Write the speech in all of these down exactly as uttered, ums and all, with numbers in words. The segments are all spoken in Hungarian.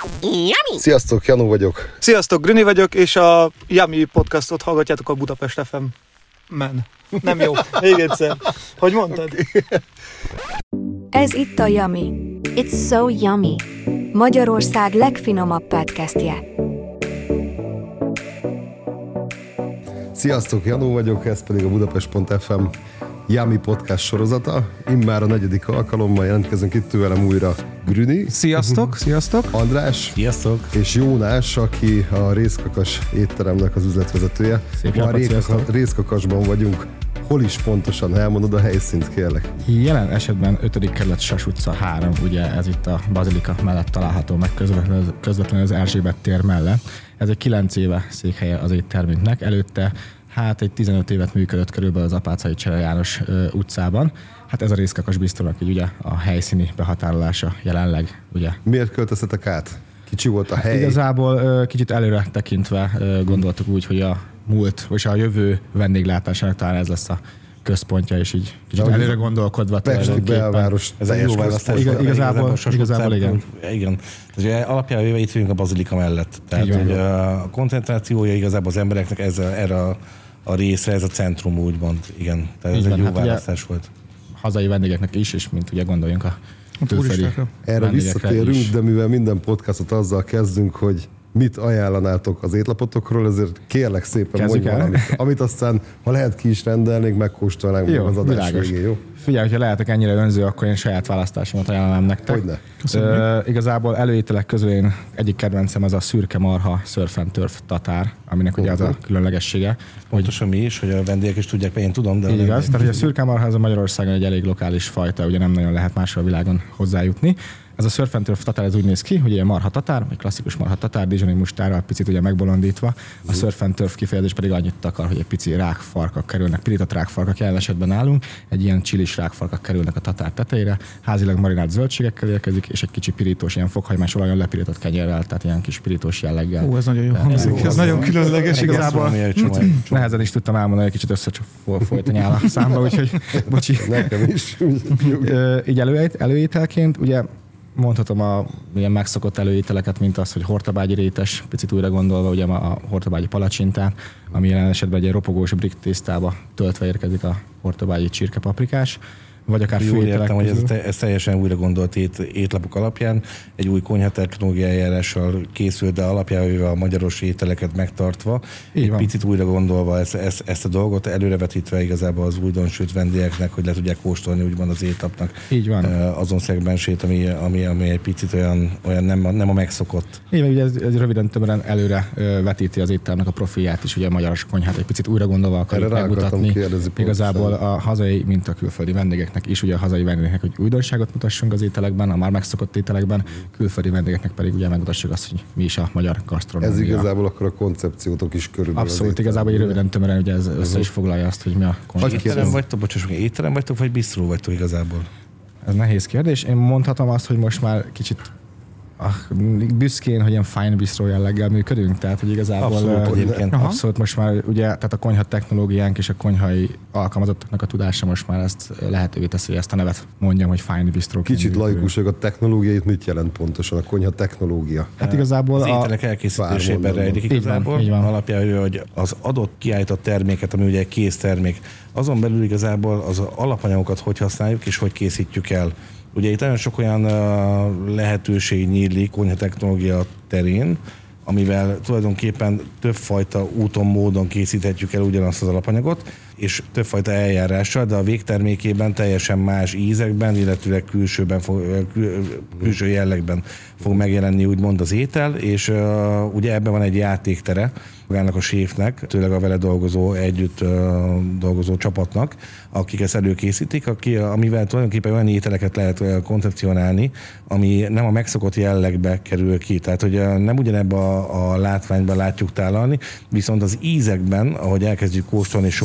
Yummy! Sziasztok, Janu vagyok. Sziasztok, Grüni vagyok, és a Yummy podcastot hallgatjátok a Budapest ef em-men. Nem jó, még egyszer. Hogy mondtad? Okay. Ez itt a Yummy. It's so yummy. Magyarország legfinomabb podcastje. Sziasztok, Janu vagyok, ez pedig a Budapest pont ef em Yummy podcast sorozata. Immár a negyedik alkalommal jelentkezünk itt velem újra Grüni. Sziasztok, sziasztok. András. Sziasztok. És Jónás, aki a Részkakas étteremnek az üzletvezetője. Szép Ma a Részkaka, Részkakasban vagyunk. Hol is pontosan? Elmondod a helyszínt, kérlek. Jelen esetben ötödik kerület, Sas utca három, ugye ez itt a Bazilika mellett található meg, közvetlenül, közvetlenül az Erzsébet tér mellett. Ez egy kilenc éve székhelye az éttermünknek. Előtte hát egy tizenöt évet működött körülbelül az Apáczai Csere János ö, utcában. Hát ez a Részkakas bistrónak így ugye a helyszíni behatárolása jelenleg, ugye. Miért költöztetek át? Kicsi volt a hely? Igazából ö, kicsit előre tekintve ö, gondoltuk úgy, hogy a múlt, vagy a jövő vendéglátásának talán ez lesz a központja, és így kicsit de előre gondolkodva. Pesti belváros. Ez egy jó választás. Igaz, igazából, igazából igen. Igen. Tehát alapjában véve itt vagyunk a Bazilika mellett. Tehát hogy a koncentrációja igazából az embereknek ez a, erre a, a részre, ez a centrum úgymond. Igen. Tehát ez így egy van, jó hát választás volt. Hazai vendégeknek is, és mint ugye gondoljunk a külföldi Erre visszatérünk, de mivel minden podcastot azzal kezdünk, hogy mit ajánlanátok az étlapotokról, ezért kérlek szépen mondj valamit, amit aztán, ha lehet, ki is rendelnénk, megkóstolnánk jó, az adás végén, jó? Figyelj, hogyha lehetek ennyire önző, akkor én saját választásomat ajánlanám nektek. Hogyne. Uh, igazából előételek közül én egyik kedvencem az a szürke marha surf and turf tatár, aminek ugye az a különlegessége. Pontosan mi is, hogy a vendégek is tudják, mert én tudom, de... Igaz, tehát hogy a szürke marha az a Magyarországon egy elég lokális fajta, ugye nem nagyon lehet máshol a világon hozzájutni. Ez a surf and turf tatár ez úgy néz ki, hogy ilyen marha tatár, egy klasszikus marha tatár, dizsoni mustárral picit ugye megbolondítva. A surf and turf kifejezés pedig annyit akar, hogy egy pici rákfarkak kerülnek, pirított rákfarkak jelen esetben nálunk, egy ilyen csilis rákfarkak kerülnek a tatár tetejére, házilag marinált zöldségekkel érkezik, és egy kicsi pirítós, ilyen fokhagymás olajon lepirított kenyérrel, tehát ilyen kis pirítós jelleggel. Ó, ez nagyon jó hangzik, ez, ez nagyon különleges igazából. Nehezen is tudtam elmondani, hogy kicsit összefolyt a nyál a számba, úgyhogy bocsi. Nekem is. Így előételként, ugye mondhatom a ilyen megszokott előételeket, mint az, hogy hortobágyi rétes, picit újra gondolva, ugye a hortobágyi palacsintán, ami jelen esetben egy ropogós brik tésztába töltve érkezik a hortobágyi csirkepaprikás, vagy akár jól főételek értem, hogy ez, közül. te, ez teljesen újra gondolt ét, étlapok alapján, egy új konyhatechnológiai eljárással készült, de alapjában a magyaros ételeket megtartva, így egy van. picit újra gondolva ezt, ezt, ezt a dolgot, előrevetítve igazából az újdonsült vendégeknek, hogy le tudják kóstolni úgymond az étlapnak így van. azon szegmensét, ami, ami, ami egy picit olyan, olyan nem, a, nem a megszokott. Így van, ugye ez, ez röviden többen előre ö, vetíti az ételnek a profilját is, ugye a magyar konyhát egy picit újra gondolva akarjuk megmutatni. Igazából a hazai, mint a külföldi vendégeknek is, ugye a hazai vendégeknek, hogy újdonságot mutassunk az ételekben, a már megszokott ételekben, külföldi vendégeknek pedig ugye megmutassuk azt, hogy mi is a magyar gasztronómia. Ez igazából akkor a koncepciótok is körülbelül. Abszolút, igazából röviden tömören ugye ez össze is foglalja azt, hogy mi a koncepció. Étterem vagytok, bocsássak, étterem vagytok, vagy bisztró vagytok igazából? Ez nehéz kérdés. Én mondhatom azt, hogy most már kicsit ah, büszkén, hogy ilyen fine bistro jelleggel működünk, tehát hogy igazából abszolút, uh, egyébként. abszolút most már ugye, tehát a konyha technológiánk és a konyhai alkalmazottaknak a tudása most már ezt lehetővé teszi, hogy ezt a nevet mondjam, hogy fine bistro. Kicsit laikusok, a technológiait mit jelent pontosan a konyha technológia? Hát igazából az ételek elkészítésében rejlik igazából. Így van, alapján, hogy az adott kiállított terméket, ami ugye egy kész termék, azon belül igazából az alapanyagokat hogy használjuk és hogy készítjük el. Ugye itt nagyon sok olyan uh, lehetőség nyílik konyhatechnológia terén, amivel tulajdonképpen többfajta úton, módon készíthetjük el ugyanazt az alapanyagot, és többfajta eljárással, de a végtermékében teljesen más ízekben, illetve külsőben fog, kül, külső jellegben fog megjelenni úgymond az étel, és uh, ugye ebben van egy játéktere magának a séfnek, tőleg a vele dolgozó, együtt uh, dolgozó csapatnak, akik ezt előkészítik, aki, amivel tulajdonképpen olyan ételeket lehet uh, koncepcionálni, ami nem a megszokott jellegbe kerül ki. Tehát, hogy uh, nem ugyanebben a, a látványban látjuk tálalni, viszont az ízekben, ahogy elkezdjük kóstolni sorra és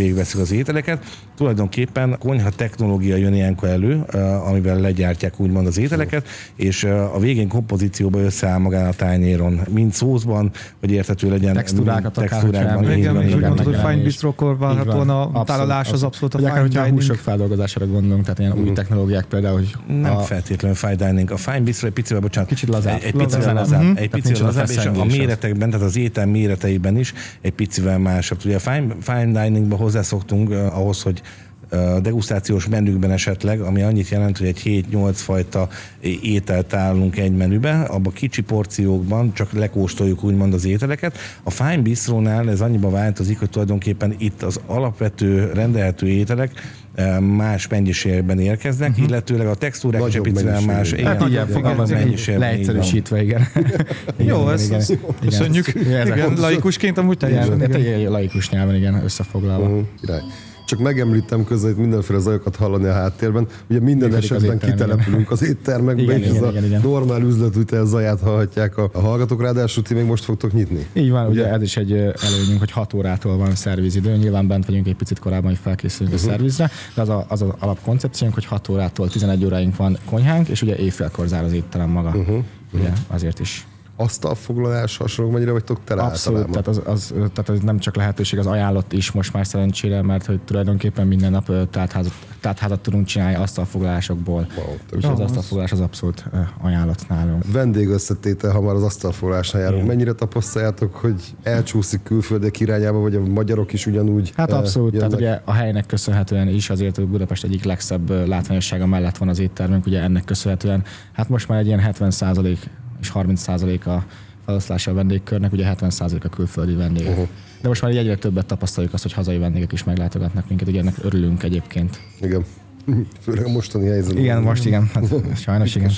végigveszünk az ételeket. Tulajdonképpen konyha technológia jön ilyenkor elő, amivel legyártják úgymond az ételeket, és a végén kompozícióba összeáll magán a tányéron, mind szószban, hogy érthető legyen. Textúrákat, textúrákban. Igen, és úgy mondtad, hogy fine bistrókor várhatóan a tálalás az abszolút a fine dining. Hogyha a húsok feldolgozására gondolunk, tehát ilyen új technológiák például, hogy nem feltétlenül fine dining. A fine bistro egy picivel, bocsánat, kicsit lazább. Egy picivel lazább, egy picivel lazább, és a méretekben, tehát az étel méreteiben is egy picivel másabb. Ugye a fine, fine diningban hozzászoktunk uh, ahhoz, hogy degustációs menükben esetleg, ami annyit jelent, hogy egy hét-nyolc fajta ételt állunk egy menübe, abban kicsi porciókban csak lekóstoljuk úgymond az ételeket. A Fine Bistrónál ez annyiban változik, hogy tulajdonképpen itt az alapvető rendelhető ételek más mennyiségben érkeznek, uh-huh. illetőleg a textúrák is egy picivel más. Igen, hát igen, fogalmazunk, leegyszerűsítve, igen. igen. Jó, ezt igen. Köszönjük. Igen, igen, laikusként amúgy teljesen. Igen, igen. Laikus nyelven, igen, összefoglalva. Uh-huh. Csak megemlítem közben, hogy mindenféle zajokat hallani a háttérben. Ugye minden Működik esetben az kitelepülünk az éttermekbe, igen, és igen, ez igen, a igen. normál üzletvitel zaját hallhatják a, a hallgatók, ráadásul ti még most fogtok nyitni. Így van, ugye, ugye ez is egy előnyünk, hogy hat órától van szervizidő, nyilván bent vagyunk egy picit korábban, hogy felkészülünk uh-huh. a szervizre, de az, a, az az alapkoncepciónk, hogy hat órától tizenegy óráink van konyhánk, és ugye éjfélkor zár az étterem maga. Uh-huh. Ugye, azért is. Asztalfoglalás hasonlók, mennyire vagytok tele Abszolút, tehát az, az, tehát az nem csak lehetőség, az ajánlott is most már szerencsére, mert hogy tulajdonképpen minden nap tátházat, tátházat tudunk csinálni asztalfoglalásokból. Wow, úgyhogy az asztalfoglalás az abszolút ajánlott nálunk. Vendégösszetétel, ha már az asztalfoglalásnál járunk. Igen. Mennyire tapasztaljátok, hogy elcsúszik külföldiek irányába, vagy a magyarok is ugyanúgy? Hát abszolút, jönnek? Tehát ugye a helynek köszönhetően is azért, hogy Budapest egyik legszebb látványossága mellett van az éttermünk, ugye ennek köszönhetően, hát most már egy ilyen hetven százalék és harminc százalék a feloszlása a vendégkörnek, ugye hetven százalék a külföldi vendégek. Uh-huh. De most már egyre többet tapasztaljuk azt, hogy hazai vendégek is meglátogatnak minket, ugye ennek örülünk egyébként. Igen. Főleg a mostani helyzetben. Igen, most igen. Hát, sajnos igen.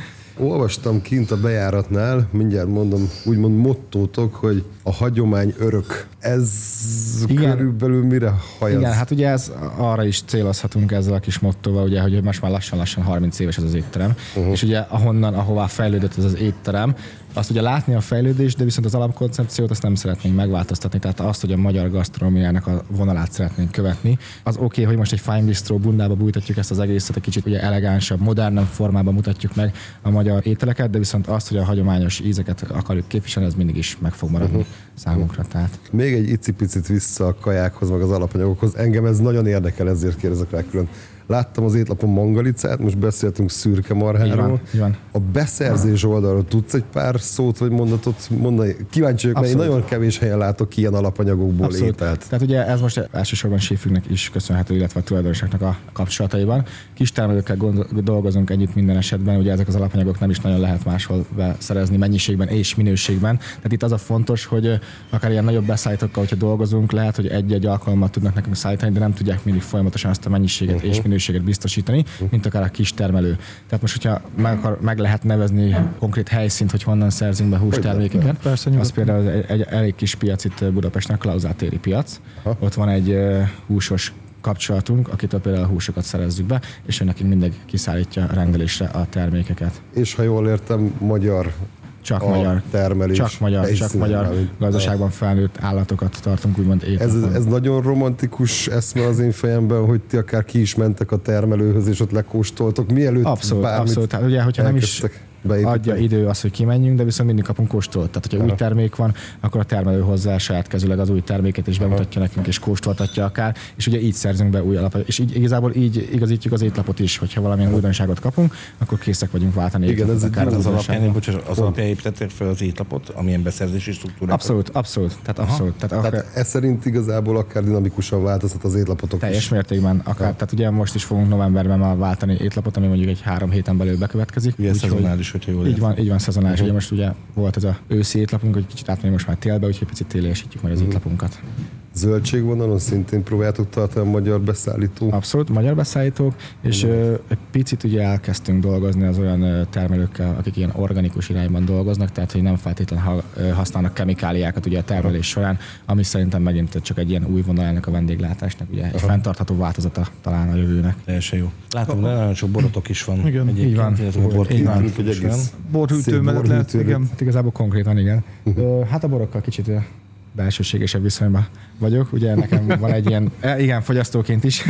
Olvastam kint a bejáratnál, mindjárt mondom, úgymond mottótok, hogy a hagyomány örök. Ez igen. körülbelül mire hajaz? Igen, hát ugye ez, arra is célozhatunk ezzel a kis mottóval, ugye, hogy most már lassan-lassan harminc éves ez az étterem, uh-huh. és ugye ahonnan, ahová fejlődött ez az étterem, azt ugye látni a fejlődést, de viszont az alapkoncepciót azt nem szeretnénk megváltoztatni, tehát azt, hogy a magyar gasztronómiának a vonalát szeretnénk követni. Az oké, okay, hogy most egy fine bistro bundába bújtatjuk ezt az egészet, egy kicsit ugye elegánsabb, modernebb formában mutatjuk meg a magyar ételeket, de viszont azt, hogy a hagyományos ízeket akarjuk képviselni, ez mindig is meg fog maradni uh-huh. számunkra. Tehát. Még egy icipicit vissza a kajákhoz, meg az alapanyagokhoz. Engem ez nagyon érdekel, ezért kérdezek rá külön. Láttam az étlapon mangalicát, most beszéltünk szürke marháról. Így van, a beszerzés oldalról tudsz egy pár szót vagy mondatot mondani? Kíváncsi vagyok, mert én nagyon kevés helyen látok ilyen alapanyagokból Abszolút. ételt. Tehát ugye ez most elsősorban séfünknek is köszönhető, illetve a tulajdonosoknak a kapcsolataiban. Kis termelőkkel gond- dolgozunk együtt minden esetben, ugye ezek az alapanyagok nem is nagyon lehet máshol beszerezni mennyiségben és minőségben. Tehát itt az a fontos, hogy akár ilyen nagyobb beszállítókkal, hogyha dolgozunk, lehet, hogy egy-egy alkalommal tudnak nekünk szállítani, de nem tudják mindig folyamatosan azt a mennyiséget uh-huh. és minőséget biztosítani, mint akár a kis termelő. Tehát most, hogyha meg, akar, meg lehet nevezni konkrét helyszínt, hogy honnan szerzünk be hústermékeket, Persze, az például egy, egy elég kis piac itt Budapesten, a Klauzál téri piac. Aha. Ott van egy uh, húsos kapcsolatunk, akitől például a húsokat szerezzük be, és ő nekünk mindig kiszállítja rendelésre a termékeket. És ha jól értem, magyar Csak magyar, termelés. Csak magyar, csak magyar állít. gazdaságban felnőtt állatokat tartunk, úgymond étlapon. Ez, ez nagyon romantikus eszme az én fejemben, hogy ti akár ki is mentek a termelőhöz, és ott lekóstoltok, mielőtt abszolút, bármit abszolút. Hát ugye, hogyha nem is beépíteni. adja idő az, hogy kimenjünk, de viszont mindig kapunk kóstolt. Tehát, hogyha Aha. új termék van, akkor a termelő hozzá saját kezüleg az új terméket és bemutatja Aha. nekünk, és kóstoltatja akár, és ugye így szerzünk be új alapot. És így igazából így igazítjuk az étlapot is, hogyha valamilyen újdonságot kapunk, akkor készek vagyunk váltani. Igen, ez akár az alapján, az alapján építették fel az étlapot, amilyen beszerzési struktúrát. Abszolút, abszolút. Tehát, abszolút. Tehát, tehát akár, ez szerint igazából akár dinamikusan változhat az étlapotok teljes is. mértékben. Akár, tehát ugye most is fogunk novemberben már váltani étlapot, ami mondjuk egy három héten belül bekövetkezik. Ugye szezonális, hogyha jól így van, így van szezonális. Uh-huh. Ugye most ugye volt ez a őszi étlapunk, hogy kicsit átmegyünk most már télbe, úgyhogy picit téliesítjük meg az uh-huh. étlapunkat. Zöldségvonalon szintén próbáltuk tartani a magyar beszállító? Abszolút, magyar beszállítók, és uh, egy picit ugye elkezdtünk dolgozni az olyan termelőkkel, akik ilyen organikus irányban dolgoznak, tehát hogy nem feltétlenül ha, használnak kemikáliákat ugye a termelés során, ami szerintem megint csak egy ilyen új vonalának a vendéglátásnak, ugye egy uh-huh. fenntartható változata talán a jövőnek. Teljesen jó. Látom, de nagyon sok borotok is van. Igen, így van. Borhűtő mellett lehet, igen. Igazából konkrétan igen. Uh-huh. Hát a borokkal kicsit belsőségesebb viszonyban vagyok. Ugye nekem van egy ilyen, igen, fogyasztóként is,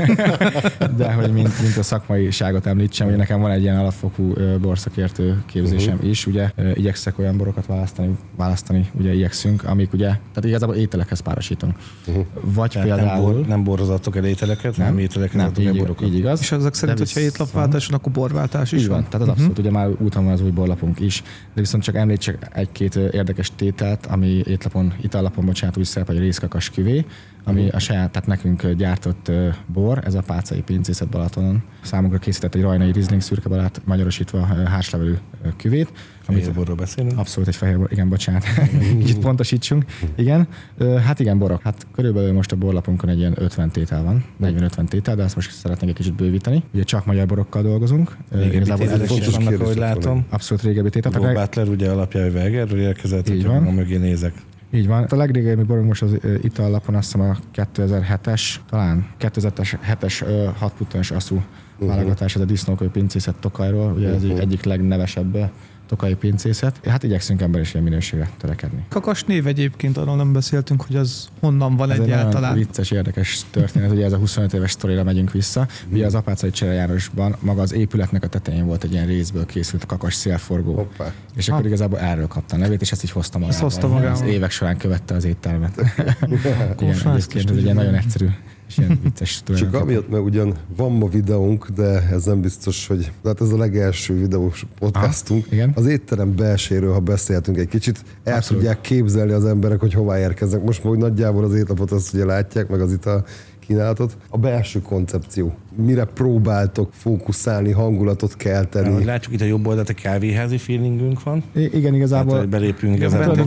de hogy mint, mint a szakmaiságot említsem, hogy nekem van egy ilyen alapfokú borszakértő képzésem uh-huh. is, ugye igyekszek olyan borokat választani, választani, ugye igyekszünk, amik ugye, tehát igazából ételekhez párosítunk. Uh-huh. Vagy tehát például... Nem, bor, nem borozattok el ételeket, nem, nem ételeket adtok el borokat. Így igaz. És azok szerint, hogyha étlapváltás van, akkor borváltás is így van. van. Tehát az uh-huh. abszolút, ugye már úton van az új borlapunk is, de viszont csak említsek egy-két érdekes tételt, ami étlapon, itallapon, bocsánat, úgy szerepel, hogy részkakas küvé, ami uh-huh. a saját, tehát nekünk gyártott bor, ez a Pácai Pincészet Balatonon. Számunkra készített egy rajnai Riesling szürke barát, magyarosítva hárslevelű küvét. Fehér borról beszélünk. Abszolút egy fehér bor, igen, bocsánat. Kicsit pontosítsunk. Igen. Hát igen, borok. Hát körülbelül most a borlapunkon egy ilyen ötven tétel van, negyven-ötven tétel, de ezt most szeretnénk egy kicsit bővíteni. Ugye csak magyar borokkal dolgozunk. Régebbi fontos vannak, ahogy látom. Abszolút régebbi tétel. Bob Butler ugye alapjául Vegerről érkezett, hogy a mögé nézek. Így van. A legrégebbi borunk most az uh, itallapon azt hiszem a kétezer-hetes, talán kétezer-hetes uh, hat puttonos aszú uh-huh. válogatás, ez a Disznókő Pincészet Tokajról, ugye uh-huh. ez egyik legnevesebb tokai pincészet. Hát igyekszünk ember is ilyen minőségre törekedni. Kakas név egyébként, arról nem beszéltünk, hogy az honnan van ez egyáltalán. Ez egy vicces, érdekes történet, ugye ez a huszonöt éves sztorira megyünk vissza. Mm. Ugye az Apácai Csere Jánosban maga az épületnek a tetején volt egy ilyen részből készült kakas szélforgó. Hoppá. És akkor ha. igazából erről kapta a nevét, és ezt így hozta magával. Hozta magával. Az évek során követte az éttermet. Igen, egyébként ez egy ilyen nagyon egyszerű és ilyen vicces Csak amiatt, mert ugyan van ma videónk, de ez nem biztos, hogy hát ez a legelső videós podcastunk. Ah, az étterem belséről, ha beszéltünk egy kicsit, el Abszolút. tudják képzelni az emberek, hogy hová érkeznek. Most már nagyjából az étlapot azt ugye látják, meg az ital kínálatot. A belső koncepció. Mire próbáltok fókuszálni, hangulatot kelteni? Ja, látjuk itt a jobb oldalt, a kávéházi feelingünk van. I- igen, igazából. Hát, belépünk igazából.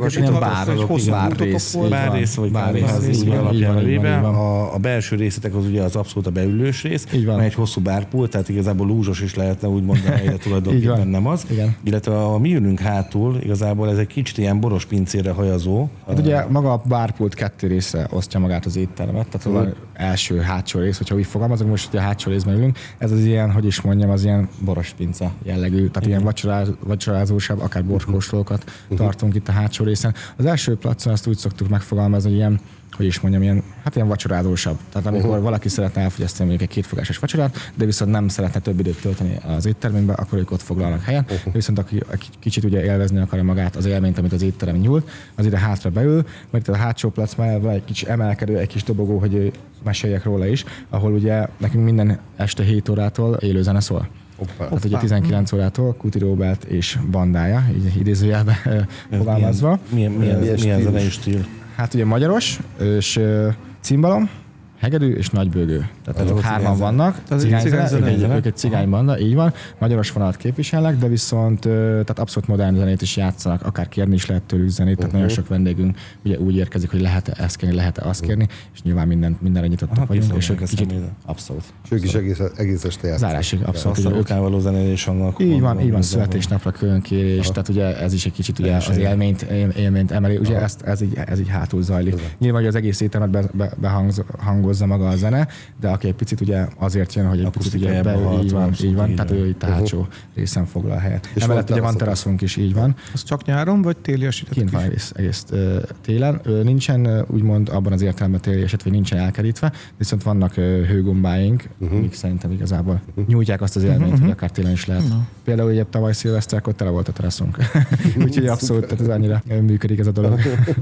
Bárrész. Bárrész vagy kávéházi alapján véve. A, a belső részletek az ugye az abszolút a beülős rész, mely egy hosszú bárpult, tehát igazából lúzsos is lehetne úgy mondani, de tulajdonképpen nem az. Igen. Illetve a mi ülünk hátul, igazából ez egy kicsit ilyen boros pincére hajazó. Hát ugye maga a bárpult kettő része osztja magát az éttermet, tehát van első, hátsó rész, hogyha úgy fogalmazok, most ugye a hátsó részben ülünk, ez az ilyen, hogy is mondjam, az ilyen boros pince jellegű, tehát igen. ilyen vacsoráz, vacsorázósabb, akár borkóstolókat uh-huh. tartunk itt a hátsó részen. Az első placon azt úgy szoktuk megfogalmazni, hogy ilyen, hogy is mondjam, ilyen, hát ilyen vacsorázósabb. Tehát amikor uh-huh. valaki szeretne elfogyasztani mondjuk egy kétfogásos vacsorát, de viszont nem szeretne több időt tölteni az éttermünkbe, akkor ők ott foglalnak helyen. Uh-huh. Viszont aki, aki kicsit ugye élvezni akarja magát az élményt, amit az étterem nyújt, az ide hátra beül, mert a hátsó plac mellett van egy kis emelkedő, egy kis dobogó, hogy meséljek róla is, ahol ugye nekünk minden este hét órától élő zene szól. Oppá. Tehát ugye tizenkilenc órától Kuti Róbert és bandája, így idézőjelben fogalmazva. Milyen, milyen, milyen, milyen zenei stíl? Hát ugye magyaros, és cimbalom, hegedű és nagybőgő. Tehát azok hárman vannak. Ők egy cigánybanda, így van. Magyaros vonalat képviselnek, de viszont tehát abszolút modern zenét is játszanak, akár kérni is lehet tőlük zenét, tehát uh-huh. nagyon sok vendégünk ugye úgy érkezik, hogy lehet-e ezt kérni, lehet-e azt kérni, és nyilván minden, mindenre nyitottak Aha, vagyunk, és ők kicsit abszolút. És ők is egész, egész este játszanak. Zárásig, abszolút. Aztán után való zenélés hangnak. Így van, így van, születésnapra különkérés, tehát ugye ez is egy kicsit ugye az élményt, élményt emeli, ugye ezt, ez, így, ez így hátul zajlik. Nyilván, hogy az egész ételmet behangozza maga a zene, de aki egy picit ugye azért jön, hogy egy picit ugye beül, így van, így van, tehát ő itt a hátsó részen foglal helyet. És emellett ugye van teraszunk is, így van. Az csak nyáron, vagy téli esetek Kint van egész, egész télen. Nincsen úgymond abban az értelemben téli eset, vagy nincsen elkerítve, viszont vannak hőgombáink, uh-huh. amik szerintem igazából uh-huh. nyújtják azt az élményt, uh-huh. hogy akár télen is lehet. Uh-huh. Például ugye tavaly szilveszterkor tele volt a teraszunk. Úgyhogy abszolút, tehát ez annyira működik ez a dolog.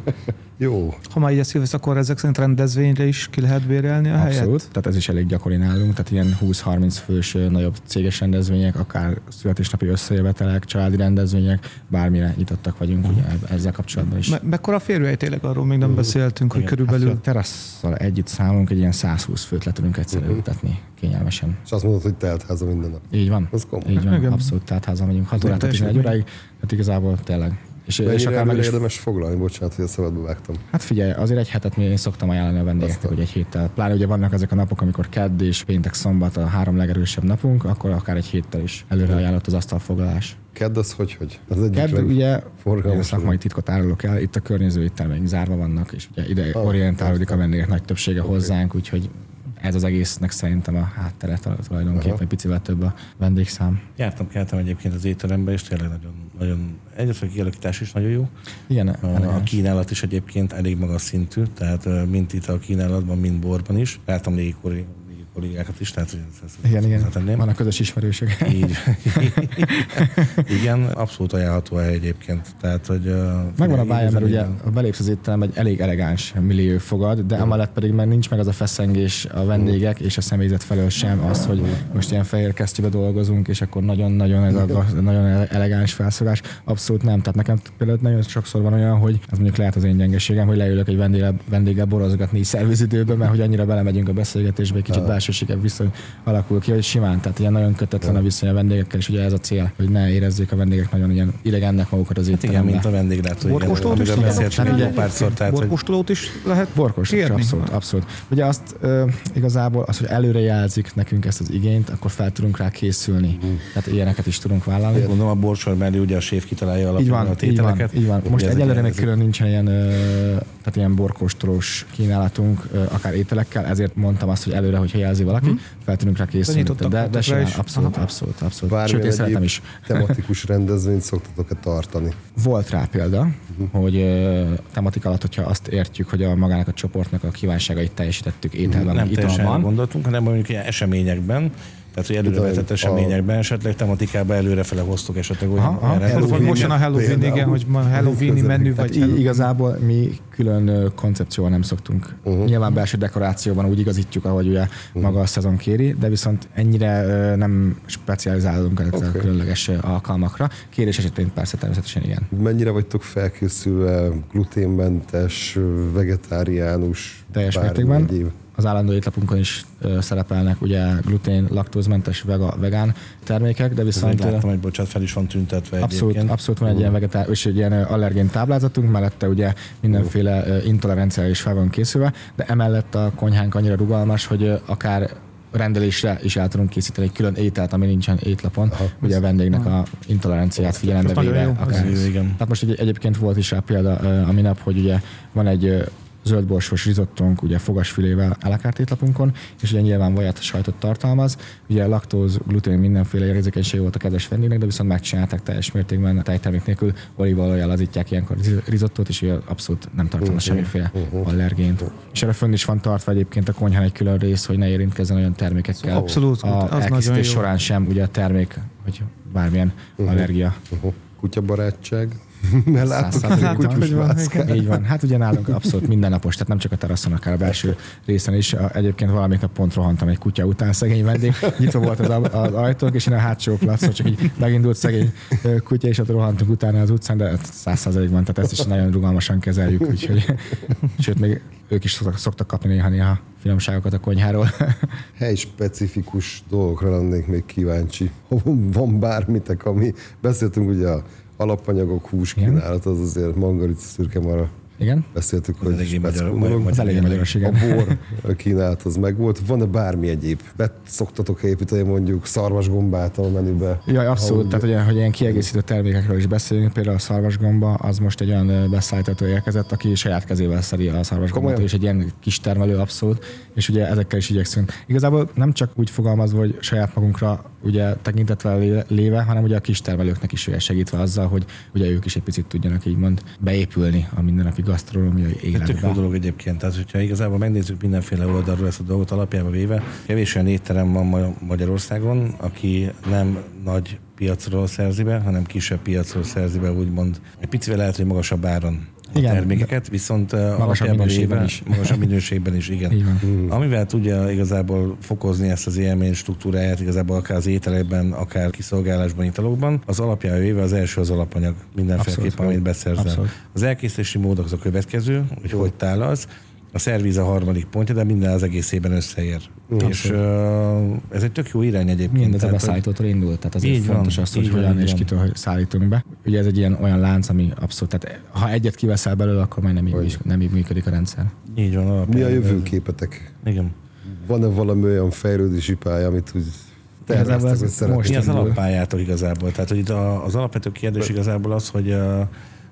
Jó. Ha már így a szilveszt, akkor ezek szerint rendezvényre is ki lehet bérelni a helyet? Abszolút, tehát ez is elég gyakori nálunk, tehát ilyen húsz-harminc fős nagyobb céges rendezvények, akár születésnapi összejövetelek, családi rendezvények, bármire nyitottak vagyunk uh-huh. ugye, ezzel kapcsolatban is. Me- mekkora férőhely tényleg, arról még nem uh-huh. beszéltünk, hogy körülbelül... Hát, a terasszal együtt számolunk, egy ilyen százhúsz főt le tudunk egyszerűen uh-huh. ültetni kényelmesen. És azt mondod, hogy teltháza minden nap. Így van, így van, igen. Abszolút teltházan megyünk, hat órától tizenegy óráig, tehát igazából tényleg. És, és akár meg is... érdemes foglalni, bocsánat, hogy a szabadba vágtam. Hát figyelj, azért egy hetet én szoktam ajánlani a vendégeknek, hogy egy héttel. Pláne ugye vannak ezek a napok, amikor kedd és péntek, szombat a három legerősebb napunk, akkor akár egy héttel is előre ajánlott az asztalfoglalás. Kedd az hogy, hogy? Az egyik Kedd ugye, a szakmai titkot árulok el, itt a környező éttermeink zárva vannak, és ugye ide ah, orientálódik a vendégek nagy többsége okay. hozzánk, úgyhogy ez az egésznek szerintem a háttere tulajdonképpen, egy picivel több a vendégszám. Jártam, keltem egyébként az étterembe, és tényleg nagyon, nagyon egyrészt a kialakítás is nagyon jó. Igen, a, a kínálat is egyébként elég magas szintű, tehát mint itt a kínálatban, mind borban is. Jártam légikori kollégákat is, tehát ezt igen, igen. Van a közös ismerőség. Így. Igen, abszolút ajánlható el egyébként. Tehát, hogy, megvan a bája, mert ugye belépsz az étterem, egy elég elegáns millió fogad, de emellett pedig meg nincs meg az a feszengés a vendégek és a személyzet felől sem az, hogy most ilyen fehér kesztyűbe dolgozunk, és akkor nagyon-nagyon ez a nagyon elegáns felszólás. Abszolút nem. Tehát nekem például nagyon sokszor van olyan, hogy ez mondjuk lehet az én gyengeségem, hogy leülök egy vendéggel, vendéggel borozgatni szervizidőben, mert hogy annyira belemegyünk a beszélgetésbe, kicsit belsőségebb viszony alakul ki, hogy simán, tehát ilyen nagyon kötetlen a viszony a vendégekkel, és ugye ez a cél, hogy ne érezzék a vendégek nagyon ilyen idegennek magukat az étterembe. Hát igen, mint a vendéglátó. Borkóstolót is lehet, borkóstolót is lehet borkóstolót, abszolút, abszolút. Ugye azt e, igazából az, hogy előre jelzik nekünk ezt az igényt, akkor fel tudunk rá készülni. Mm. Tehát ilyeneket is tudunk vállalni. Gondolom a borsor mellé ugye a séf kitalálja alapján a tételeket. Így van, így van. Most egyelőre még külön nincsen ilyen, tehát ilyen borkóstolós kínálatunk, akár ételekkel, ezért mondtam azt, hogy előre, hogyha jelzi valaki, mm. fel tudunk rá készülni. De, de simán, abszolút, abszolút, abszolút. Sőt, én szeretem is. Tematikus rendezvényt szoktatok-e tartani? Volt rá példa, uh-huh. hogy uh, tematika alatt, hogyha azt értjük, hogy a magának a csoportnak a kívánságait teljesítettük ételben, nem italban. Nem teljesen gondoltunk, hanem mondjuk ilyen eseményekben, tehát, hogy előrevetett eseményekben, esetleg tematikába előrefele hoztuk esetleg olyan. Most a Halloween, igen, hogy ma Halloween menü, vagy Halloween. Igazából mi külön koncepcióval nem szoktunk. Uh-huh. Nyilván belső dekorációban úgy igazítjuk, ahogy ugye uh-huh. maga a szezon kéri, de viszont ennyire uh, nem specializálunk ezekre okay. a különleges alkalmakra. Kérés esetén persze természetesen igen. Mennyire vagytok felkészülve gluténmentes, vegetáriánus? Teljes mértékben. Az állandó étlapunkon is uh, szerepelnek ugye glutén, laktózmentes, vega, vegán termékek, de viszont... Láttam, hogy bocsánat, fel is van tüntetve abszolút, egyébként. Abszolút van egy ilyen vegetár, és egy ilyen allergén táblázatunk, mellette ugye mindenféle uh, intoleranciára is fel van készülve, de emellett a konyhánk annyira rugalmas, hogy uh, akár rendelésre is el tudunk készíteni egy külön ételt, ami nincsen étlapon, aha, ugye a vendégnek a intoleranciát figyelembe véve. Tehát most egy, egyébként volt is rá példa uh, a minap, hogy ugye van egy uh, zöldborsos rizottónk, ugye fogasfilével à la carte étlapunkon, és ugye nyilván vajat, sajtot tartalmaz. Ugye laktóz, glutén, mindenféle érzékenység volt a kedves vendégnek, de viszont megcsinálták teljes mértékben tejtermék nélkül, olívaolajjal lazítják ilyenkor rizottót, és ugye abszolút nem tartalmaz uh-huh. semmiféle uh-huh. allergént. Uh-huh. És erre fönn is van tartva egyébként a konyhán egy külön rész, hogy ne érintkezzen olyan termékekkel. Abszolút, a elkészítés során sem ugye a termék, hogy bármilyen uh-huh. allergia. Uh-huh. Kutyabarátság. Mert láttuk, hogy van. Így van. Hát ugye nálunk abszolút mindennapos, tehát nem csak a teraszon, akár a belső részen is. Egyébként valamelyik nap pont rohantam egy kutya után, szegény vendég. Nyitva volt az, az ajtók, és én a hátsó placon csak így megindult szegény kutya, és ott rohantunk utána az utcán, de száz százalékban, tehát ezt is nagyon rugalmasan kezeljük. Úgyhogy, sőt, még ők is szoktak, szoktak kapni néha-néha finomságokat a konyháról. Helyspecifikus dolgokra lennék még kíváncsi. Van bármitek, ami beszéltünk ugye a alapanyagok, húskínálat, az azért mangalica, szürkemarha. Igen? Beszéltük, az hogy az elég magyaros, igen. A bor kínálat az megvolt. Van-e bármi egyéb? Be szoktatok építeni mondjuk szarvasgombát a menübe? Jaj, abszolút. Tehát, ugye, hogy ilyen kiegészítő termékekről is beszélünk, például a szarvasgomba, az most egy olyan beszállítató érkezett, aki saját kezével szedi a szarvasgombát, és egy ilyen kis termelő abszolút, és ugye ezekkel is igyekszünk. Igazából nem csak úgy fogalmazva, hogy saját magunkra ugye tekintetve léve, hanem ugye a kis termelőknek is segítve azzal, hogy ugye ők is egy picit tudjanak így mond beépülni a mindennapi gasztronómiai életbe. Tök jó dolog egyébként, tehát hogyha igazából megnézzük mindenféle oldalról ezt a dolgot alapjába véve, kevés olyan étterem van Magyarországon, aki nem nagy piacról szerzi be, hanem kisebb piacról szerzi be, úgymond egy picivel lehet, hogy magasabb áron a igen, termékeket, viszont magasabb minőségben véve, is. Magasabb minőségben is, igen. Hmm. Amivel tudja igazából fokozni ezt az élmény struktúráját, igazából akár az ételekben, akár kiszolgálásban, italokban, az alapjába véve az első az alapanyag mindenféleképpen, amit beszerzel. Abszolút. Az elkészítési módok az a következő, hogy hogy tálalsz. A szervíz a harmadik pontja, de minden az egészében összeér. Abszolút. És uh, ez egy tök jó irány egyébként. Mindez a beszállítótól indul, tehát azért fontos van, az, hogy hogyan van, és kitől szállítunk be. Ugye ez egy ilyen olyan lánc, ami abszolút, tehát ha egyet kiveszel belőle, akkor már nem így, nem így működik a rendszer. Így van. Alapján. Mi a jövőképetek? Igen. Van-e valami olyan fejlődési pálya, amit úgy terveztek, hogy szeretnék? Mi az alappályátok igazából? Tehát, hogy itt az alapvető kérdés igazából az, hogy uh,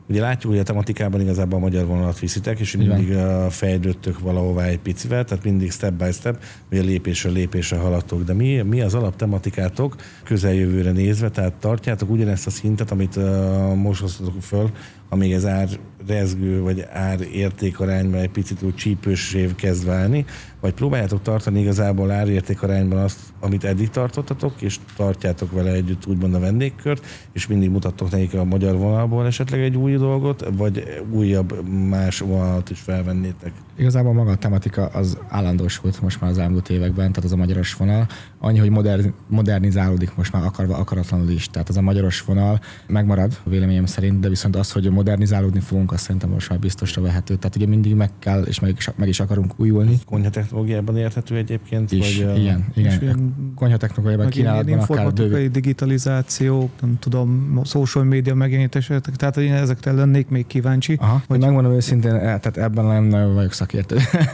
Ugye látjuk, hogy a tematikában igazából a magyar vonalat viszitek, és mindig uh, fejlődtök valahová egy picivel, tehát mindig step by step, ugye lépésről lépésre haladtok. De mi, mi az alap tematikátok közeljövőre nézve, tehát tartjátok ugyanezt a szintet, amit uh, most hoztatok föl, amíg ez árrezgő vagy árértékarányban egy picit úgy csípősé kezd válni, vagy próbáljátok tartani igazából árértékarányban azt, amit eddig tartottatok, és tartjátok vele együtt úgymond a vendégkört, és mindig mutattok nekik a magyar vonalból esetleg egy új dolgot, vagy újabb más vonalat is felvennétek? Igazából maga a tematika az állandósult most már az elmúlt években, tehát az a magyaros vonal. Annyi, hogy modern, modernizálódik most már akarva, akaratlanul is. Tehát az a magyaros vonal megmarad, véleményem szerint, de viszont az, hogy modernizálódni fogunk, azt szerintem most már biztosra vehető. Tehát ugye mindig meg kell, és meg is, meg is akarunk újulni. Konyha technológiában érthető egyébként? Is, vagy igen, a... igen. Konyha technológiában kínálatban akár bővít. Digitalizáció, nem tudom, social media megjelenítések, tehát én ezekre lennék még kíváncsi. Aha, hogy megmondom őszintén, tehát ebben nem nagyon vagyok szakértő.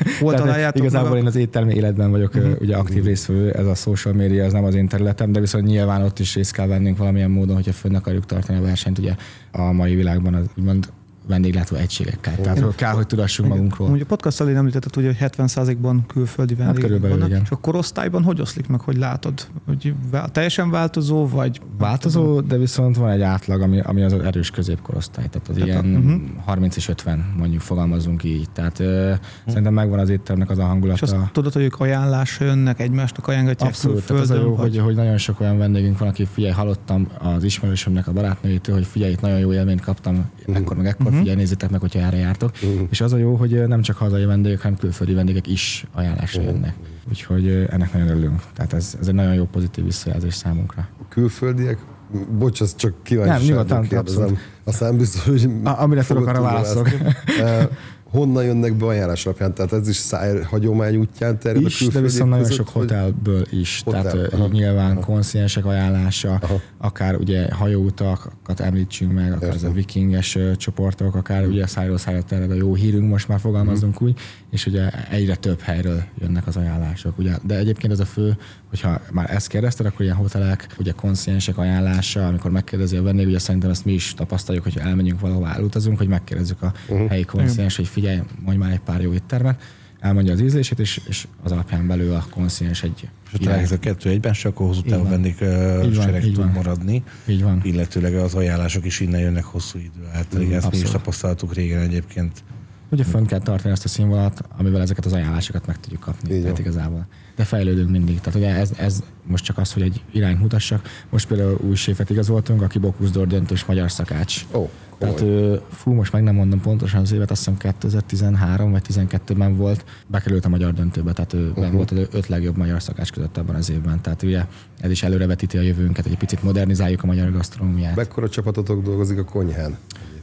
Igazából maga? Én az éttermi életben vagyok uh-huh. ugye aktív résztvevő, ez a social media, az nem az én területem, de viszont nyilván ott is részt kell vennünk valamilyen módon, hogyha fönn akarjuk tartani a versenyt, ugye a mai világban az úgymond vendéglátó egységekkel. Tehát én kell, hogy tudassunk magunkról. Ugye a podcast elején említetted, hogy hetven százalékban külföldi vendégek hát vannak, igen. És a korosztályban hogy oszlik meg, hogy látod? Hogy teljesen változó, vagy? Változó, de viszont van egy átlag, ami, ami az erős középkorosztály. Tehát az tehát ilyen uh-huh. harminc és ötven, mondjuk fogalmazunk így. Tehát uh-huh. szerintem megvan az étteremnek az a hangulata. És azt tudod, hogy ők ajánlásra jönnek, egymásnak ajánlatják. Abszolút, tehát az a jó, hogy, hogy nagyon sok olyan vendégünk van, aki figyelj, hallottam az ismerősömnek, a barátnőjétől, hogy figyelj, itt nagyon jó élményt kaptam, uh-huh. ekkor meg ekkor, figyelj, nézzétek meg, hogyha erre jártok. Uh-huh. És az a jó, hogy nem csak hazai vendégek, hanem külföldi vendégek is ajánlásra uh-huh. jönnek. Úgyhogy ennek nagyon örülünk. Tehát ez, ez egy nagyon jó pozitív visszajelzés számunkra. A külföldiek, bocs, ez csak kíváncsiságban kérdezem. Aztán biztos, hogy... A, amire tudok, arra válaszolok. Honnan jönnek be ajánlás alapján? Tehát ez is száj hagyomány útján terjed a külföldiek de viszont nagyon között, sok hotelből is. Hotel. Tehát Aha. nyilván Aha. konsziensek ajánlása, Aha. akár ugye hajóutakat említsünk meg, akár Értem. az a vikinges csoportok, akár ugye szájról szájra terjed a jó hírünk, most már fogalmazunk mm. úgy, és ugye egyre több helyről jönnek az ajánlások. Ugye? De egyébként ez a fő, hogyha már ezt kérdezted, akkor ilyen hotelek, ugye konsziensek ajánlása, amikor megkérdezi a vendég, ugye szerintem ezt mi is tapasztaljuk, hogy elmegyünk valahová, elutazunk, hogy megkérdezzük a uh-huh. helyi konsziens, hogy figyelj, mondj már egy pár jó éttermet, elmondja az ízlését, és, és az alapján belül a konsziens egy és irány. Ez a kettő egyben, és akkor hosszú távon vendég sereg tud van. maradni. Így van. Illetőleg az ajánlások is innen jönnek hosszú idő át. Mm, ezt mi is tapasztaltuk régen egyébként. Ugye fönn kell tartani ezt a színvonalat, amivel ezeket az ajánlásokat meg tudjuk kapni. Tehát igazából. De fejlődünk mindig. Tehát ugye ez, ez most csak az, hogy egy irányt mutassak. Most például új séfet igazoltunk, aki Bocuse d'Or döntős magyar szakács. Oh, Tehát fú, most meg nem mondom pontosan az évet, azt hiszem kétezer-tizenhárom vagy tizenkettőben volt, bekerült a magyar döntőbe, tehát ő uh-huh. volt az öt legjobb magyar szakács között abban az évben. Tehát ugye ez is előrevetíti a jövőnket, hogy egy picit modernizáljuk a magyar gasztronómiát. Mekkora csapatotok dolgozik a konyhán?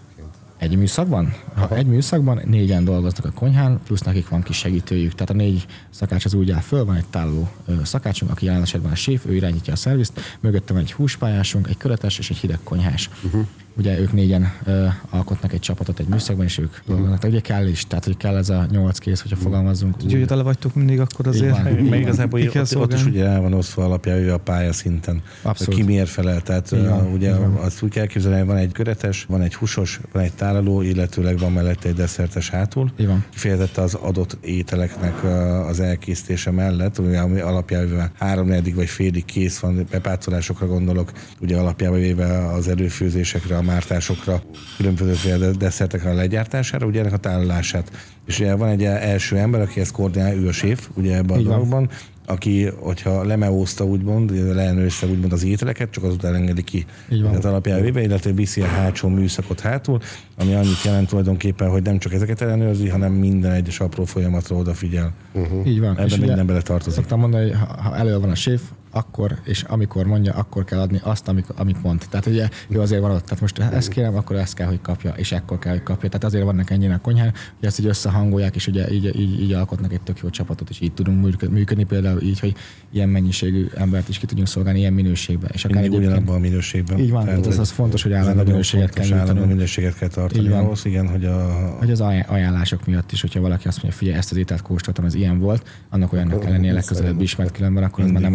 Egy műszakban? Ha egy műszakban négyen dolgoznak a konyhán, plusz nekik van kis segítőjük. Tehát a négy szakács az úgy áll föl, van egy táló szakácsunk, aki jelen esetben a séf, ő irányítja a szervizt, mögöttem egy húspályásunk, egy köretes és egy hideg konyhás. Uh-huh. Ugye ők négyen ö, alkotnak egy csapatot egy műszakban, és ők dolgoznak. Uh-huh. Ugye kell is, tehát hogy kell ez a nyolc kész, hogyha uh-huh. fogalmazunk. Úgyhogy hogy tele vagytok mindig akkor azért. Meg, meg igazából ott, ott, ott is ugye el van osztva alapja ő a pályaszinten. Abszolút. Ki miért felel. Tehát van, ugye azt úgy kell képzelni, hogy van egy köretes, van egy húsos, van egy tálaló, illetőleg van mellette egy desszertes hátul. Kifejezetten az adott ételeknek az elkészítése mellett, ami alapjában háromnegyedig vagy félig kész van, bepácolásokra gondolok, ugye alapjában véve az előfőzésekre, a mártásokra, különböző desszertekre a legyártására, ugye ennek a tálalását. És ugye van egy első ember, aki ezt koordinál, ő a séf, ugye ebben a dologban, aki, hogyha lemeózta úgymond, leellenőrizte úgymond az ételeket, csak azután engedi ki. Tehát alapjában véve, illetve viszi a hátsó műszakot hátul, ami annyit jelent tulajdonképpen, hogy nem csak ezeket ellenőrzi, hanem minden egyes apró folyamatra odafigyel. Uh-huh. Így van. Ebben minden bele tartozik. Szoktam mondani, hogy ha elő van a séf, akkor, és amikor mondja, akkor kell adni azt, amikor, amit mond. Tehát ugye ő azért van ott. Tehát most ezt kérem, akkor ezt kell, hogy kapja, és ekkor kell, hogy kapja. Tehát azért vannak ennyire a konyhán, hogy ezt így összehangolják, és ugye így, így, így alkotnak egy tök jó csapatot, és így tudunk működni például így, hogy ilyen mennyiségű embert is ki tudjunk szolgálni ilyen minőségben. És akár mindig ugyanabban a minőségben. Így van, tehát az, az fontos, hogy állandó minőséget kell nyújtani. minőséget kell tartani ahhoz, igen, hogy a... Hogy az ajánlások miatt is, hogyha valaki azt mondja, figyelj, ezt az ételt kóstoltam, ez ilyen volt, annak olyannak kell lennie legközelebb is, mert különben akkor ez már nem olyan vélemény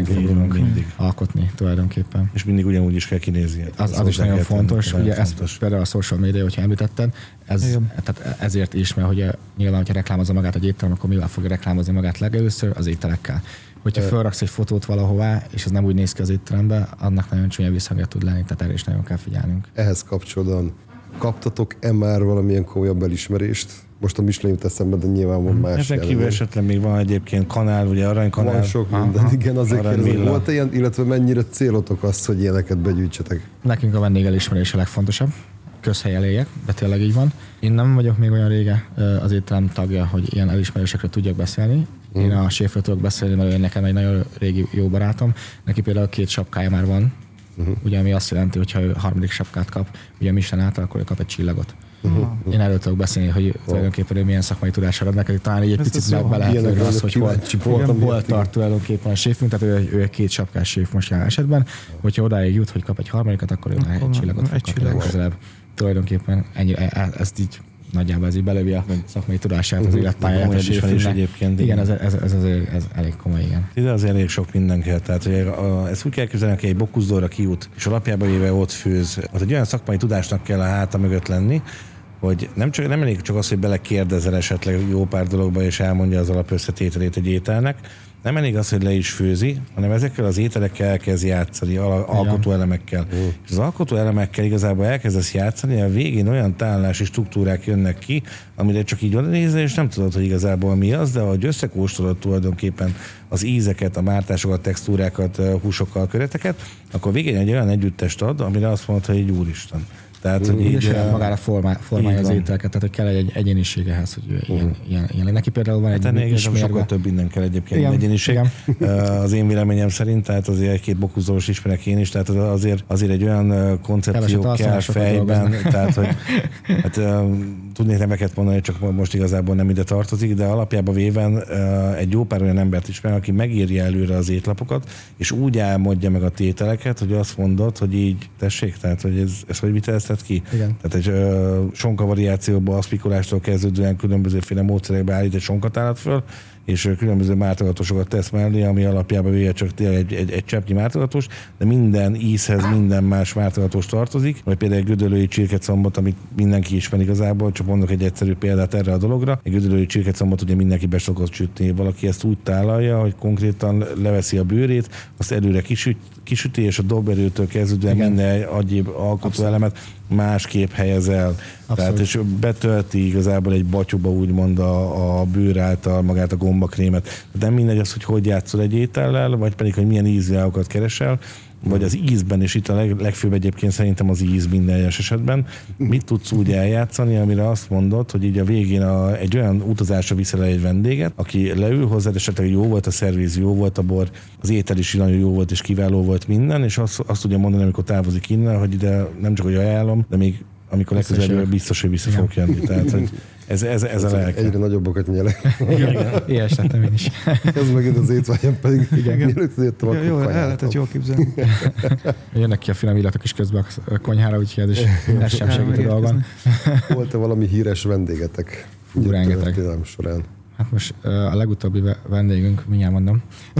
együtt fogunk mindig alkotni tulajdonképpen. És mindig ugyanúgy is kell kinézni. Az, az is nagyon fontos, tenni, ugye ezt például a social media, hogyha említetted, ez, tehát ezért is, mert hogy nyilván, hogyha reklámozza magát egy étterem, akkor mivel fogja reklámozni magát legelőször? Az ételekkel. Hogyha felraksz egy fotót valahová, és ez nem úgy néz ki az étteremben, annak nagyon csúnya visszhangja tud lenni, tehát erre is nagyon kell figyelnünk. Ehhez kapcsolódóan kaptatok-e már valamilyen komolyabb elismerést? Most a Michelin jut eszembe, de nyilván van más. Ezen kívül esetleg még van egyébként kanál, ugye aranykanál. Van sok minden, igen, azért kérdezem, volt ilyen, illetve mennyire célotok azt, hogy ilyeneket begyűjtsetek? Nekünk a vendégelismerés a legfontosabb. Közhely eléjek, de tényleg így van. Én nem vagyok még olyan rége az étterem tagja, hogy ilyen elismerésekről tudjak beszélni. Én a séfről tudok beszélni, mert ő nekem egy nagyon régi jó barátom. Neki például két sapkája már van, uh-huh. ugye, ami azt jelenti, hogy ha ő harmadik sapkát kap, ugye Michelin által, akkor ő kap egy csillagot. Uh-huh. Én erről tudok beszélni, hogy oh. tulajdonképpen ő milyen szakmai tudással rendelkezik. Talán így egy ez picit meg be lehet lőni az, hogy hol, hol, hol tart tulajdonképpen a séfünk, tehát ő, ő egy két sapkás séf most jelen esetben. Hogyha odáig jut, hogy kap egy harmadikat, akkor ő egy csillagot fog kapni legközelebb. Tulajdonképpen ennyi, ezt így nagyjából ez így belövi a szakmai tudását, az életpályáját a séfünknek. Igen, ez, ez, ez, azért, ez elég komoly, igen. Ide azért elég sok minden kell. Tehát, hogy a, ezt úgy kell képzelni, hogy egy Bocuse kijut, és alapjában véve ott főz. Az egy olyan szakmai tudásnak kell a háta mögött lenni, hogy nem, csak, nem elég csak az, hogy belekérdezel esetleg jó pár dologba, és elmondja az alapösszetételét egy ételnek, nem elég az, hogy le is főzi, hanem ezekkel az ételekkel elkezd játszani, alkotó elemekkel. Uh. És az alkotó elemekkel igazából elkezdesz játszani, a végén olyan tálási struktúrák jönnek ki, amire csak így oda nézel, és nem tudod, hogy igazából mi az, de ahogy összekóstolod tulajdonképpen az ízeket, a mártásokat, textúrákat, húsokkal, köreteket, akkor végén egy olyan együttest ad, amire azt mondod, hogy egy úristen. Tehát, hogy így, így magára formál, formálja az ételeket, tehát hogy kell egy egyéniség ehhez, hogy ilyen, uh. ilyen, ilyen. Neki például van egy hát ismérve. Sokkal több minden kell egyébként igen, egyéniség. Igen. Az én véleményem szerint, tehát azért egy-két Bocuse-os ismerek én is, tehát azért, azért egy olyan koncepció kell fejben, tehát hogy hát, tudnék neveket mondani, csak most igazából nem ide tartozik, de alapjában véven egy jó pár olyan embert ismerek, aki megírja előre az étlapokat, és úgy álmodja meg a tételeket, hogy azt mondod, hogy így tessék, tehát hogy ez, ez hogy vitelezted ki. Igen. Tehát egy ö, sonka variációban aszpikulástól kezdődően különbözőféle módszerekbe állít egy sonkatálat föl, és különböző mártogatósokat tesz mellé, ami alapjában vége csak egy, egy, egy cseppnyi mártogatós, de minden ízhez minden más mártogatós tartozik, vagy például egy gödöllői csirkecombot, amit mindenki ismer igazából, csak mondok egy egyszerű példát erre a dologra. Egy gödöllői csirkecombot ugye mindenki be szokott sütni, valaki ezt úgy tálalja, hogy konkrétan leveszi a bőrét, azt előre kisüt, kisüti, és a doberőtől kezdődően igen. minden egyéb alkotóelemet másképp helyez el. Abszolút. Tehát és betölti igazából egy batyuba úgymond a, a bőr által magát a gombakrémet. De nem mindegy az, hogy hogy játszol egy étellel, vagy pedig, hogy milyen ízvilágokat keresel, vagy az ízben, és itt a leg, legfőbb egyébként szerintem az íz minden egyes esetben. Mit tudsz úgy eljátszani, amire azt mondod, hogy így a végén a, egy olyan utazásra viszel el egy vendéget, aki leül hozzád, esetleg jó volt a szerviz, jó volt a bor, az étel is nagyon jó volt, és kiváló volt minden, és azt, azt tudja mondani, amikor távozik innen, hogy ide nem csak hogy ajánlom, de még amikor legközelebb biztos, hogy vissza fogok jönni. Tehát, hogy ez, ez, ez a lelke. Egyre nagyobbakat nyelek. Ilyes lettem én is. Ez megint az étvágyam pedig. Igen. Mielőtt jöttem, akkor jó, el lehetett jól képzelni. Jönnek ki a finom illatok is közben a konyhára, úgyhogy ez is ez sem segít a dolgon. Volt-e valami híres vendégetek? Fú, rengeteg. Során. Hát most a legutóbbi vendégünk, mindjárt mondom.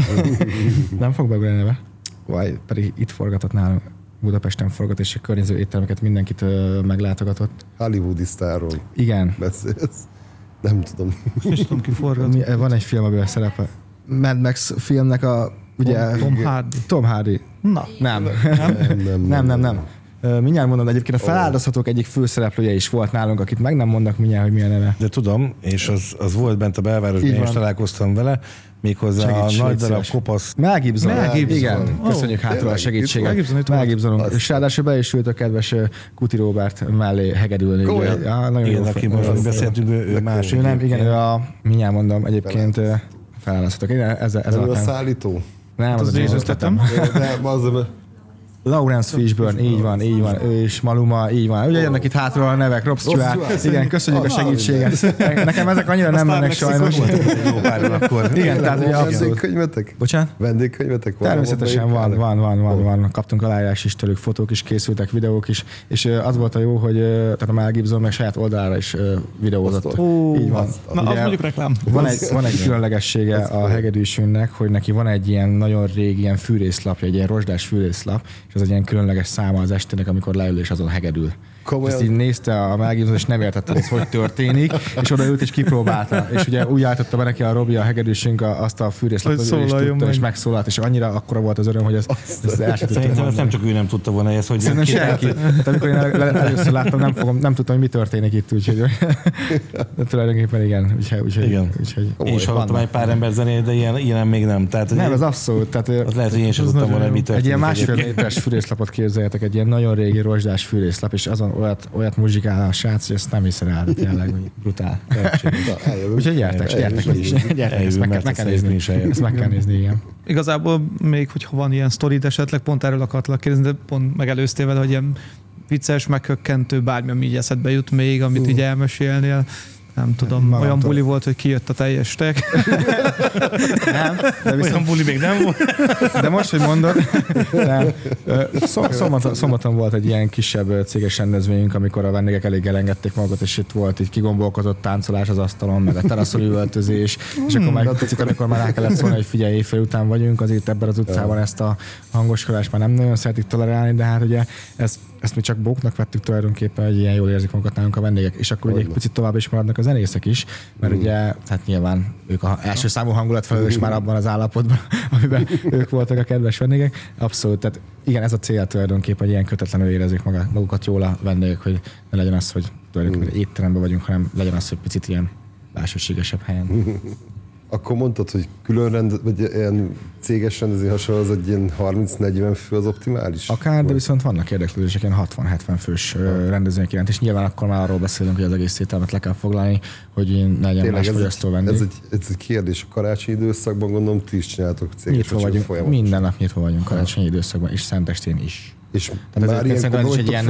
Nem fog beugrani neve. Vaj, pedig itt forgatott nálunk. Budapesten forgat, és a környező éttermeket mindenkit ö, meglátogatott. Hollywoodi sztárról. Igen. Beszélsz. Nem tudom. Nem tudom, ki forgat. Van egy film, amiben szerepel. Mad Max filmnek a... Ugye, Tom Hardy. Tom Hardy. Na. Nem. Nem, nem, nem. nem, nem. Uh, mindjárt mondom, egyébként a feláldozhatók egyik főszereplője is volt nálunk, akit meg nem mondnak mindjárt, hogy milyen neve. De tudom, és az, az volt bent a belvárosban, én is találkoztam vele, méghozzá a nagy darab kopasz. Mel Gibson. Mel Gibson. Igen, oh, köszönjük hátul a segítséget. Mel Gibsonunk. És ráadásul be is ült a kedves Kuti Róbert mellé hegedülni. Ja, nagyon igen, jó. Aki most beszéltünk, ő, ő másik. Nem, igen, ő a, mindjárt mondom, egyébként felállázhatok. Ez, ez, ez a szállító? Nem, az, az az részöztetem. Nem, az Lawrence Fishburne, így van, így van, ő is Maluma, így van. Ugye jönnek itt hátról a nevek, Rob Stewart. Igen, köszönjük a segítséget. Nekem ezek annyira nem mennek sajnos. Igen, tehát ugye abszolút. Vendégkönyvetek? Bocsánat? Vendégkönyvetek? Természetesen van, van, van, van, van. Kaptunk aláírás is tőlük, fotók is készültek, videók is, és az volt a jó, hogy tehát a Mel Gibson meg saját oldalára is videózott. Így van. Na, az mondjuk reklám. Van egy, van egy különlegessége a hegedűsünknek, hogy neki van egy ilyen nagyon régi ilyen fűrészlapja, egy ilyen rozsdás fűrészlap, és ez egy ilyen különleges száma az estének, amikor leül és azon hegedül. Ezt így nézte a Mel Gibson, és nem értette, hogy ez hogy történik, és odaült és kipróbálta. És ugye úgy állította be neki a Robi, a hegedűsünk azt a fűrészlapot, hogy ő is tudta, és megszólalt, és annyira akkora volt az öröm, hogy ez, ez el sem Szerintem ezt nem csak ő nem tudta volna, ez hogy nem senki. Tehát amikor én először láttam, nem, fogom, nem tudtam, hogy mi történik itt, úgyhogy de tulajdonképpen igen. Úgyhogy, úgyhogy, igen. Úgyhogy, én is hallottam egy pár ember zenét, de ilyen, ilyen még nem. Tehát, nem, ez abszolút. Tehát, az lehet, hogy én sem tudtam volna, hogy mi történik. Egy ilyen másfél méteres fűrészlapot képzeljetek, egy ilyen nagyon régi rozsdás fűrészlap, és azon olyat, olyat muzsikál a srác, hogy ezt nem hiszed el, de tényleg, hogy brutál. Úgyhogy gyertek, gyertek is. Gyertek, ezt meg kell nézni. Ezt meg kell nézni, igen. Igazából még, hogyha van ilyen sztorid esetleg, pont erről akartlak kérdezni, de pont megelőztél vele, hogy ilyen vicces, meghökkentő, bármi, ami így eszedbe jut még, amit így elmesélnél. Nem tudom, Magamtól. Olyan buli volt, hogy kijött a teljes tek. Nem, de viszont... Olyan buli még nem volt. De most, hogy mondod, nem. Szombaton, szombaton volt egy ilyen kisebb céges rendezvényünk, amikor a vendégek elég elengedték magukat, és itt volt egy kigombolkozott táncolás az asztalon, meg a teraszon üvöltözés, és akkor már egy picit, amikor már rá kellett szólni, hogy figyelj, éjfél után vagyunk, azért ebben az utcában ezt a hangoskodást már nem nagyon szeretik tolerálni, de hát ugye ez ezt mi csak bóknak vettük tulajdonképpen, hogy ilyen jól érzik magukat nálunk a vendégek, és akkor ugye egy picit tovább is maradnak a zenészek is, mert mm. ugye, hát nyilván ők az első számú hangulatfelelős már abban az állapotban, amiben ők voltak a kedves vendégek. Abszolút, tehát igen, ez a cél tulajdonképpen, hogy ilyen kötetlenül érezzék magukat jól a vendégek, hogy ne legyen az, hogy tulajdonképpen mm. étteremben vagyunk, hanem legyen az, hogy picit ilyen belsőségesebb helyen. Akkor mondtad, hogy külön rend, vagy ilyen céges rendezvény hasonló, az egy ilyen harminc-negyven fő az optimális? Akár, de viszont vannak érdeklődések ilyen hatvan-hetven fős ha. rendezvények iránt, és nyilván akkor már arról beszélünk, hogy az egész ételmet le kell foglalni, hogy ne legyen más fogyasztó vendég. Ez egy, ez egy kérdés, a karácsonyi időszakban gondolom ti is csináltok céges nyitva vagyunk, folyamatos. Minden nap nyitva vagyunk karácsonyi időszakban, és szentestén is. És tehát már ez is egy ilyen,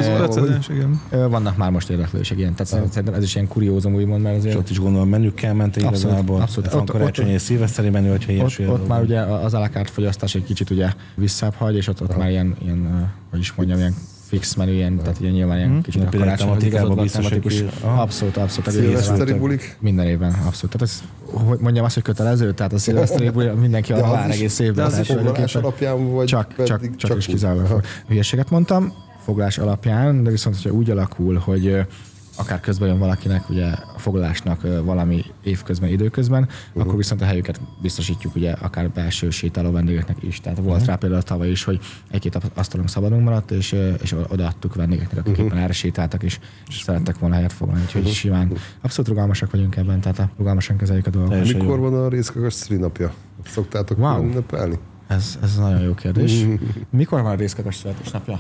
hogy vannak már most érdeklődések ilyen, tehát szerintem ez is ilyen kuriózum úgymond, mert azért... És ott is gondolom menükkel ment igazából. Abszolút. Van karácsonyi és szilveszteri menü, hogyha ilyesmi. Ott már ugye az alakárt fogyasztás egy kicsit ugye visszább hagy, és ott, ott már ilyen, ilyen, hogy is mondjam, ilyen fix menü, ilyen, tehát ilyen nyilván ilyen kicsit a karácsonyhoz igazodva tematikus. Abszolút, abszolút. Szilveszteri bulik? Minden évben, abszolút. Tehát ez, hogy mondjam azt, hogy kötelező, tehát a szilveszteri bulik mindenki arra vár egész évben. De az foglalás alapján vagy? Csak, csak, csak is kizárólag. Hülyeséget mondtam, foglalás alapján, de viszont, hogyha úgy alakul, hogy akár közben jön valakinek ugye a foglalásnak valami évközben, időközben, uh-huh. akkor viszont a helyüket biztosítjuk ugye akár belső sétáló vendégeknek is. Tehát volt uh-huh. rá például tavaly is, hogy egy-két asztalunk szabadunk maradt, és, és odaadtuk vendégeknek, akik uh-huh. éppen erre sétáltak, és, és szerettek volna helyet foglalni. Úgyhogy uh-huh. simán abszolút rugalmasak vagyunk ebben, tehát a rugalmasan kezeljük a dolgokat. Mikor van a részkakas szülinapja? Szoktátok wow. ünnepelni? Ez, ez nagyon jó kérdés. Uh-huh. Mikor van a részkakas születésnapja?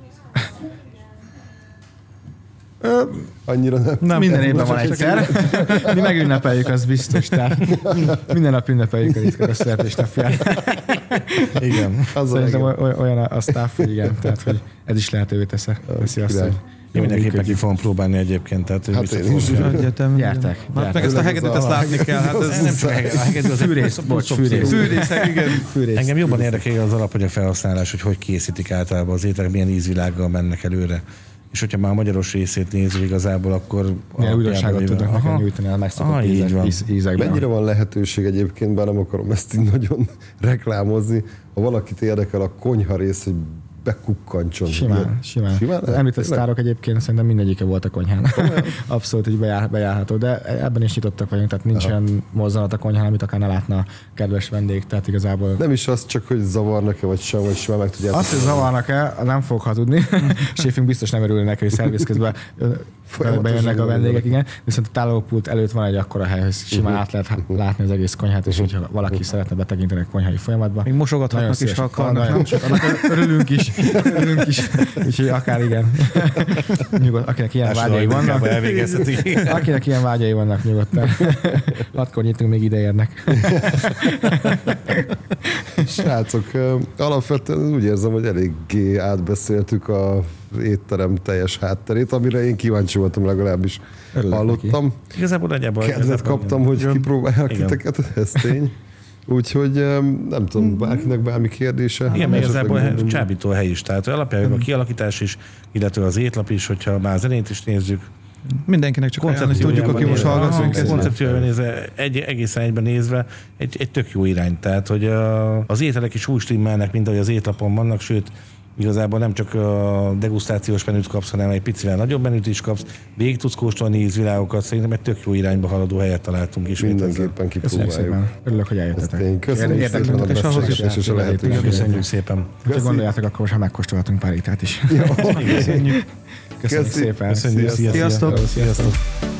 Ö, Annyira nem. nem minden évben van egyszer. Mi megünnepeljük, az biztos. Tehát minden nap ünnepeljük a részkakas születésnapját. Igen. Az szerintem olyan a staff, hogy igen. Tehát, hogy ez is lehetővé teszi, teszi azt, hogy én mindenképpen ki fogom próbálni egyébként, tehát hát én is. Gyertek, gyertek. Meg ezt a hegedűt, ezt látni kell. Hát ez nem csak a hegedű, az fűrész, bocs, fűrész. Fűrész, igen. Fűrész. Engem jobban érdekel az alapanyag felhasználás, hogy hogy készítik általában az ételek, milyen ízvilággal mennek előre. És hogyha már a magyaros részét nézzük igazából, akkor... Milyen újdonságot tudnak nekem nyújtani a megszokott ízekben. Mennyire van lehetőség egyébként, bár nem akarom ezt így nagyon reklámozni, ha valakit érdekel a konyha rész, hogy bekukkancson. Simán, simán. simán az említett sztárok egyébként szerintem mindegyike volt a konyhán. Abszolút így bejár, bejárható, de ebben is nyitottak vagyunk, tehát nincs olyan mozzanat a konyhán, amit akár ne látna a kedves vendég, tehát igazából... Nem is az csak, hogy zavarnak-e, vagy sem, vagy simán meg tudjátok. Azt, hogy zavarnak-e, nem fog hazudni. Séfünk biztos nem örül neki, hogy szerviz közben bejönnek a vendégek, igen. Viszont a tálópult előtt van egy akkora hely, hogy simán át lehet látni az egész konyhát, és hogyha valaki szeretne betekinteni a konyhai folyamatba. Még mosogathatnak is, ha akarnak. Örülünk is, örülünk is. Úgyhogy akár igen. Nyugodt, akinek ilyen vágyai vannak. Akinek ilyen vágyai vannak, nyugodtan. Hatkor nyitunk, még ide érnek. Srácok, alapvetően úgy érzem, hogy eléggé átbeszéltük a étterem teljes hátterét, amire én kíváncsi voltam, legalábbis Örülök hallottam. Neki. Igazából nagyjából. Kedvet kaptam, hogy igen. Kipróbálják titeket, ez tény. Úgyhogy nem tudom, bárkinek bármi kérdése. Igen, mert igazából csábító hely is. Tehát alapjában a kialakítás is, illetve az étlap is, hogyha már zenét is nézzük. Mindenkinek csak ajánlani tudjuk, aki most hallgat minket. Koncepciójában nézve, egy, egészen egyben nézve egy, egy tök jó irány. Tehát, hogy az ételek is úgy stimmelnek, mint ahogy az étlapon vannak, sőt, igazából nem csak a degustációs menüt kapsz, hanem egy picivel nagyobb menüt is kapsz, végig tudsz kóstolni ízvilágokat, szerintem egy tök jó irányba haladó helyet találtunk is. Mindenképpen kipróbáljuk. Örülök, hogy eljöttetek. Köszönjük szépen a beszélgetést és a lehetőséget. Köszönjük szépen. Ha gondoljátok, akkor most már megkóstolhatunk pár ételt is. Köszönjük. Köszönjük szépen. Köszönjük. Sziasztok. Sziasztok.